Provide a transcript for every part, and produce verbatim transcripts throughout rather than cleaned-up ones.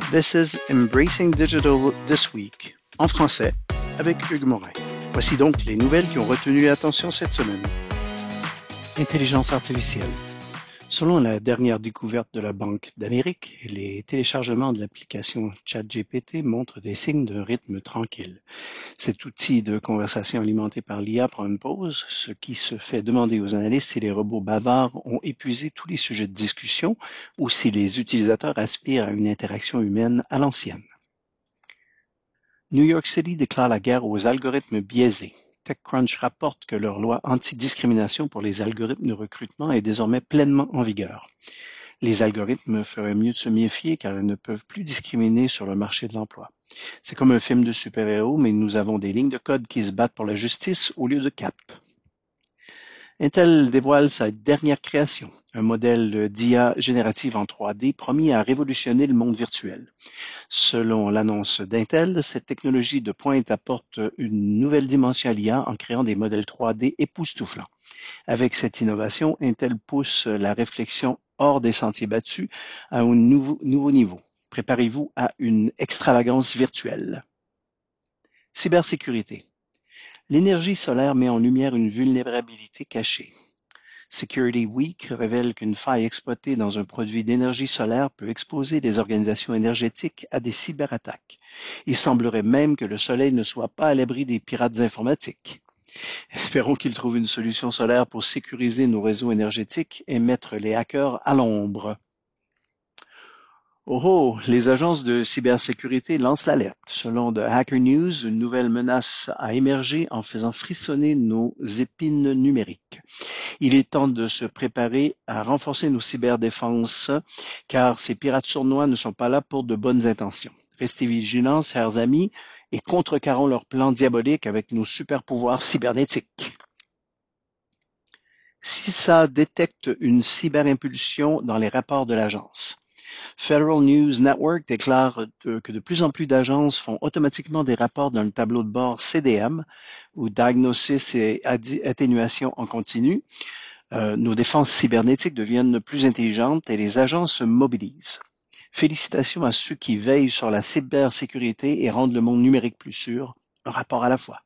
This is Embracing Digital This Week, en français, avec Hugues Morin. Voici donc les nouvelles qui ont retenu l'attention cette semaine. Intelligence artificielle. Selon la dernière découverte de la Banque d'Amérique, les téléchargements de l'application ChatGPT montrent des signes d'un rythme tranquille. Cet outil de conversation alimenté par l'I A prend une pause, ce qui se fait demander aux analystes si les robots bavards ont épuisé tous les sujets de discussion ou si les utilisateurs aspirent à une interaction humaine à l'ancienne. New York City déclare la guerre aux algorithmes biaisés. TechCrunch rapporte que leur loi anti-discrimination pour les algorithmes de recrutement est désormais pleinement en vigueur. Les algorithmes feraient mieux de se méfier car ils ne peuvent plus discriminer sur le marché de l'emploi. C'est comme un film de super-héros, mais nous avons des lignes de code qui se battent pour la justice au lieu de cap. Intel dévoile sa dernière création, un modèle d'I A générative en trois D promis à révolutionner le monde virtuel. Selon l'annonce d'Intel, cette technologie de pointe apporte une nouvelle dimension à l'I A en créant des modèles trois D époustouflants. Avec cette innovation, Intel pousse la réflexion hors des sentiers battus à un nouveau, nouveau niveau. Préparez-vous à une extravagance virtuelle. Cybersécurité. L'énergie solaire met en lumière une vulnérabilité cachée. Security Week révèle qu'une faille exploitée dans un produit d'énergie solaire peut exposer les organisations énergétiques à des cyberattaques. Il semblerait même que le soleil ne soit pas à l'abri des pirates informatiques. Espérons qu'ils trouvent une solution solaire pour sécuriser nos réseaux énergétiques et mettre les hackers à l'ombre. Oh oh, les agences de cybersécurité lancent l'alerte. Selon The Hacker News, une nouvelle menace a émergé en faisant frissonner nos épines numériques. Il est temps de se préparer à renforcer nos cyberdéfenses, car ces pirates sournois ne sont pas là pour de bonnes intentions. Restez vigilants, chers amis, et contrecarrons leurs plans diaboliques avec nos super pouvoirs cybernétiques. C I S A détecte une cyberimpulsion dans les rapports de l'agence. Federal News Network déclare de, que de plus en plus d'agences font automatiquement des rapports dans le tableau de bord C D M, ou Diagnosis et Atténuation en continu. Euh, nos défenses cybernétiques deviennent plus intelligentes et les agences se mobilisent. Félicitations à ceux qui veillent sur la cybersécurité et rendent le monde numérique plus sûr, un rapport à la fois.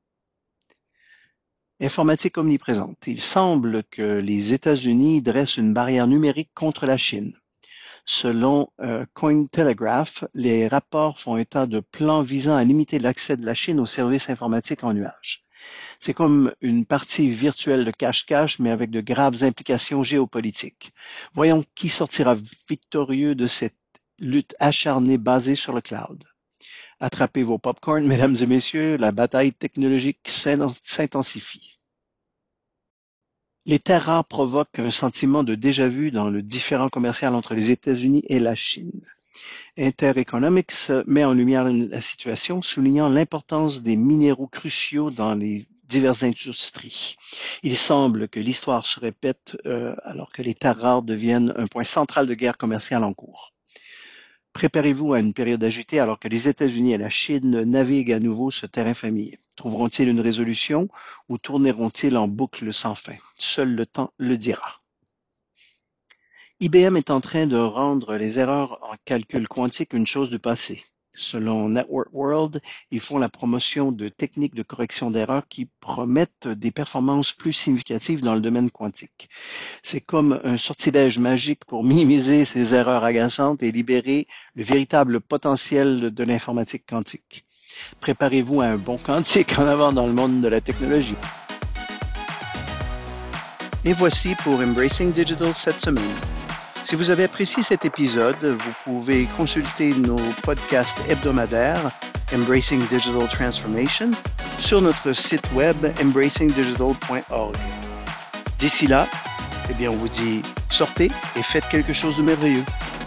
Informatique omniprésente. Il semble que les États-Unis dressent une barrière numérique contre la Chine. Selon euh, Cointelegraph, les rapports font état de plans visant à limiter l'accès de la Chine aux services informatiques en nuage. C'est comme une partie virtuelle de cache-cache, mais avec de graves implications géopolitiques. Voyons qui sortira victorieux de cette lutte acharnée basée sur le cloud. Attrapez vos popcorns, mesdames et messieurs, la bataille technologique s'intensifie. Les terres rares provoquent un sentiment de déjà-vu dans le différend commercial entre les États-Unis et la Chine. Intereconomics met en lumière la situation, soulignant l'importance des minéraux cruciaux dans les diverses industries. Il semble que l'histoire se répète euh, alors que les terres rares deviennent un point central de guerre commerciale en cours. Préparez-vous à une période agitée alors que les États-Unis et la Chine naviguent à nouveau ce terrain familier. Trouveront-ils une résolution ou tourneront-ils en boucle sans fin? Seul le temps le dira. I B M est en train de rendre les erreurs en calcul quantique une chose du passé. Selon Network World, ils font la promotion de techniques de correction d'erreurs qui promettent des performances plus significatives dans le domaine quantique. C'est comme un sortilège magique pour minimiser ces erreurs agaçantes et libérer le véritable potentiel de l'informatique quantique. Préparez-vous à un bon quantique en avant dans le monde de la technologie. Et voici pour Embracing Digital cette semaine. Si vous avez apprécié cet épisode, vous pouvez consulter nos podcasts hebdomadaires Embracing Digital Transformation sur notre site web embracing digital point org. D'ici là, eh bien, on vous dit sortez et faites quelque chose de merveilleux.